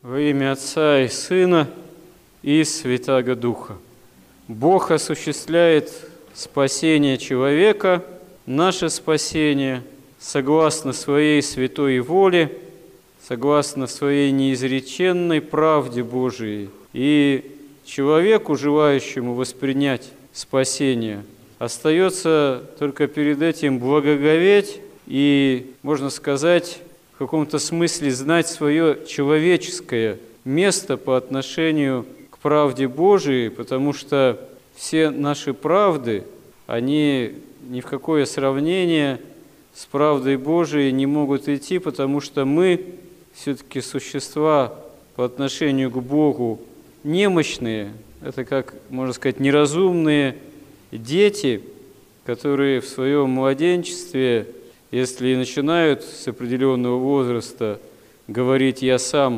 Во имя Отца и Сына и Святаго Духа. Бог осуществляет спасение человека, наше спасение, согласно Своей святой воле, согласно Своей неизреченной правде Божией. И человеку, желающему воспринять спасение, остается только перед этим благоговеть и, можно сказать, в каком-то смысле знать свое человеческое место по отношению к правде Божией, потому что все наши правды, они ни в какое сравнение с правдой Божией не могут идти, потому что мы все-таки существа по отношению к Богу немощные, это, как можно сказать, неразумные дети, которые в своем младенчестве, если и начинают с определенного возраста говорить «я сам»,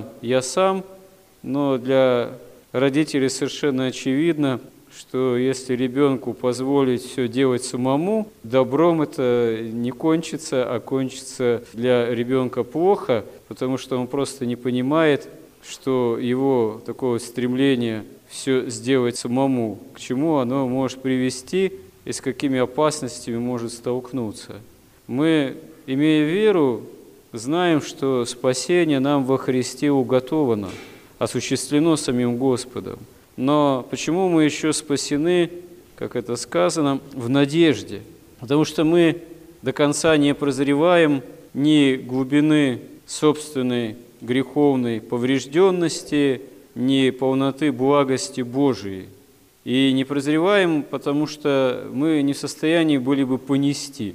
но для родителей совершенно очевидно, что если ребенку позволить все делать самому, добром это не кончится, а кончится для ребенка плохо, потому что он просто не понимает, что его такое стремление все сделать самому, к чему оно может привести и с какими опасностями может столкнуться. Мы, имея веру, знаем, что спасение нам во Христе уготовано, осуществлено самим Господом. Но почему мы еще спасены, как это сказано, в надежде? Потому что мы до конца не прозреваем ни глубины собственной греховной поврежденности, ни полноты благости Божией. И не прозреваем, потому что мы не в состоянии были бы понести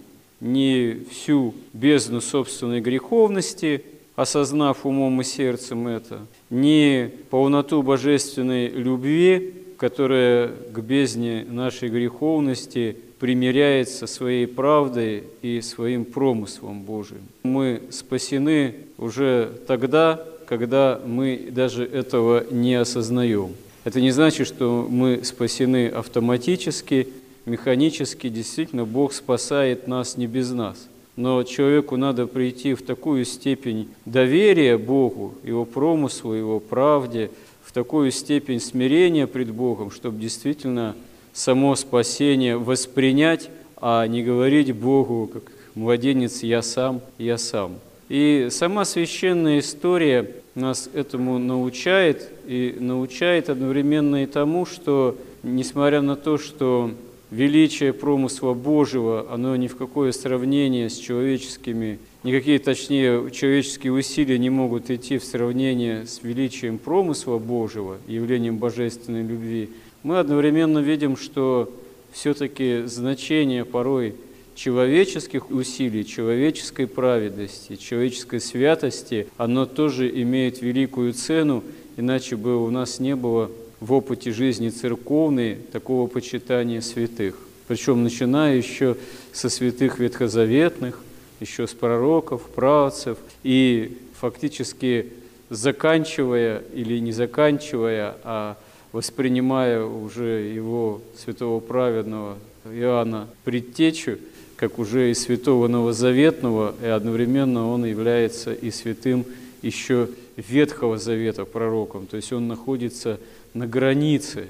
ни всю бездну собственной греховности, осознав умом и сердцем это, ни полноту божественной любви, которая к бездне нашей греховности примиряется своей правдой и своим промыслом Божиим. Мы спасены уже тогда, когда мы даже этого не осознаем. Это не значит, что мы спасены автоматически, механически. Действительно, Бог спасает нас не без нас. Но человеку надо прийти в такую степень доверия Богу, Его промыслу, Его правде, в такую степень смирения пред Богом, чтобы действительно само спасение воспринять, а не говорить Богу, как младенец, «я сам, я сам». И сама священная история нас этому научает, и научает одновременно и тому, что, несмотря на то, что величие промысла Божьего, оно ни в какое сравнение с человеческими, никакие, точнее, человеческие усилия не могут идти в сравнение с величием промысла Божьего, явлением божественной любви, мы одновременно видим, что все-таки значение порой человеческих усилий, человеческой праведности, человеческой святости, оно тоже имеет великую цену, иначе бы у нас не было в опыте жизни церковной такого почитания святых. Причем начиная еще со святых ветхозаветных, еще с пророков, праотцев, и фактически заканчивая или не заканчивая, а воспринимая уже его святого праведного Иоанна Предтечу, как уже и святого новозаветного, и одновременно он является и святым еще Ветхого Завета пророком, то есть он находится на границе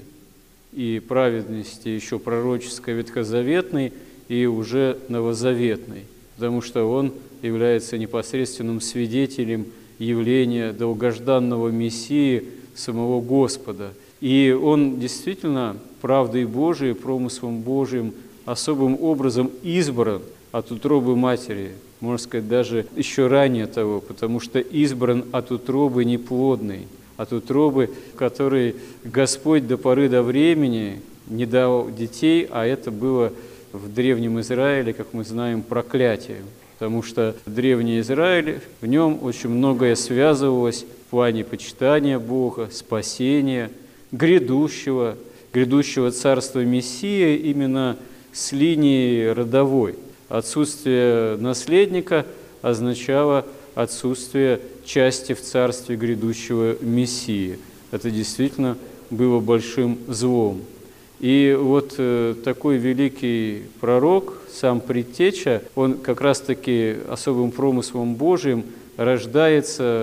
и праведности еще пророческой ветхозаветной, и уже новозаветной, потому что он является непосредственным свидетелем явления долгожданного Мессии, самого Господа. И он действительно правдой Божией, промыслом Божиим особым образом избран от утробы матери, можно сказать, даже еще ранее того, потому что избран от утробы неплодной, от утробы, которой Господь до поры до времени не дал детей, а это было в Древнем Израиле, как мы знаем, проклятием, потому что Древний Израиль, в нем очень многое связывалось в плане почитания Бога, спасения, грядущего царства Мессии именно с линии родовой. Отсутствие наследника означало отсутствие части в царстве грядущего Мессии. Это действительно было большим злом. И вот такой великий пророк, сам Предтеча, он как раз-таки особым промыслом Божиим рождается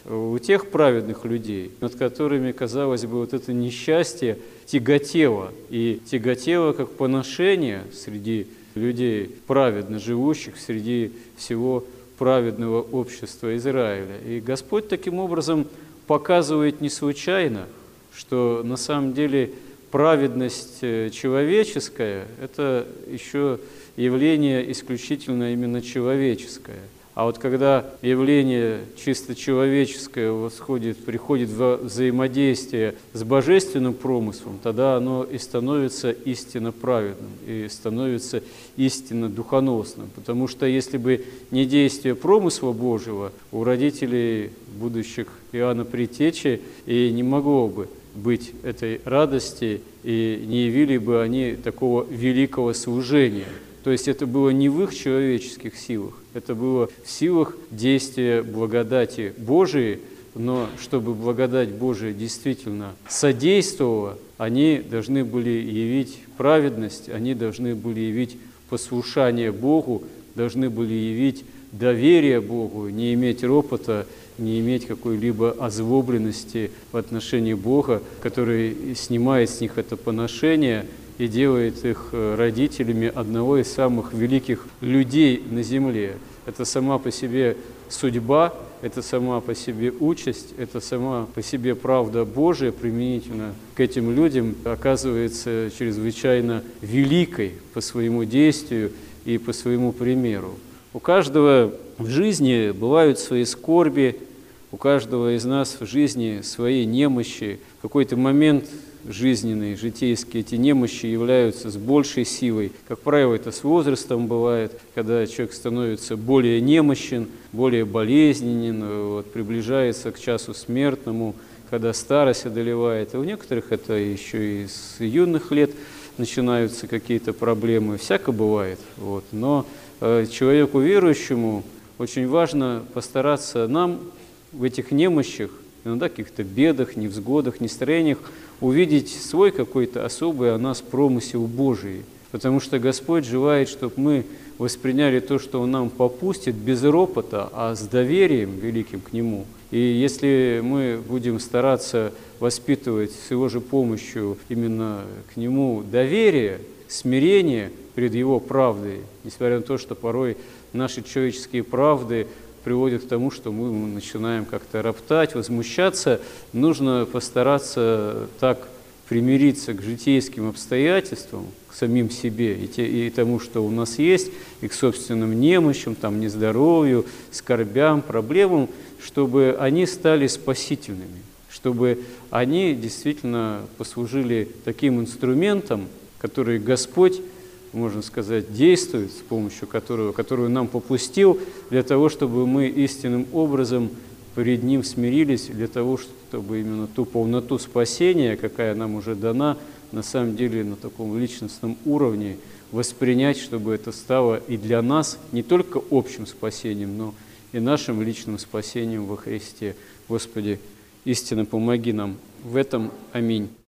у тех праведных людей, над которыми, казалось бы, вот это несчастье тяготело, и тяготело как поношение среди людей праведно живущих, среди всего праведного общества Израиля. И Господь таким образом показывает не случайно, что на самом деле праведность человеческая – это еще явление исключительно именно человеческое. А вот когда явление чисто человеческое приходит в взаимодействие с божественным промыслом, тогда оно и становится истинно праведным, и становится истинно духоносным. Потому что если бы не действие промысла Божьего, у родителей будущих Иоанна Предтечи и не могло бы быть этой радости, и не явили бы они такого великого служения. То есть это было не в их человеческих силах, это было в силах действия благодати Божией, но чтобы благодать Божия действительно содействовала, они должны были явить праведность, они должны были явить послушание Богу, должны были явить доверие Богу, не иметь ропота, не иметь какой-либо озлобленности в отношении Бога, который снимает с них это поношение и делает их родителями одного из самых великих людей на земле. Это сама по себе судьба, это сама по себе участь, это сама по себе правда Божия применительно к этим людям оказывается чрезвычайно великой по своему действию и по своему примеру. У каждого в жизни бывают свои скорби, у каждого из нас в жизни свои немощи. В какой-то момент жизненные, житейские эти немощи являются с большей силой. Как правило, это с возрастом бывает, когда человек становится более немощен, более болезненен, приближается к часу смертному, когда старость одолевает. И у некоторых это еще и с юных лет начинаются какие-то проблемы. Всяко бывает. Но человеку верующему очень важно постараться нам в этих немощах, иногда каких-то бедах, невзгодах, нестроениях увидеть свой какой-то особый о нас промысел Божий. Потому что Господь желает, чтобы мы восприняли то, что Он нам попустит, без ропота, а с доверием великим к Нему. И если мы будем стараться воспитывать с Его же помощью именно к Нему доверие, смирение перед Его правдой, несмотря на то, что порой наши человеческие правды приводит к тому, что мы начинаем как-то роптать, возмущаться, нужно постараться так примириться к житейским обстоятельствам, к самим себе и тому, что у нас есть, и к собственным немощам, нездоровью, скорбям, проблемам, чтобы они стали спасительными, чтобы они действительно послужили таким инструментом, который Господь, можно сказать, действует, с помощью которую нам попустил, для того, чтобы мы истинным образом перед Ним смирились, для того, чтобы именно ту полноту спасения, какая нам уже дана, на самом деле на таком личностном уровне воспринять, чтобы это стало и для нас не только общим спасением, но и нашим личным спасением во Христе. Господи, истинно помоги нам в этом. Аминь.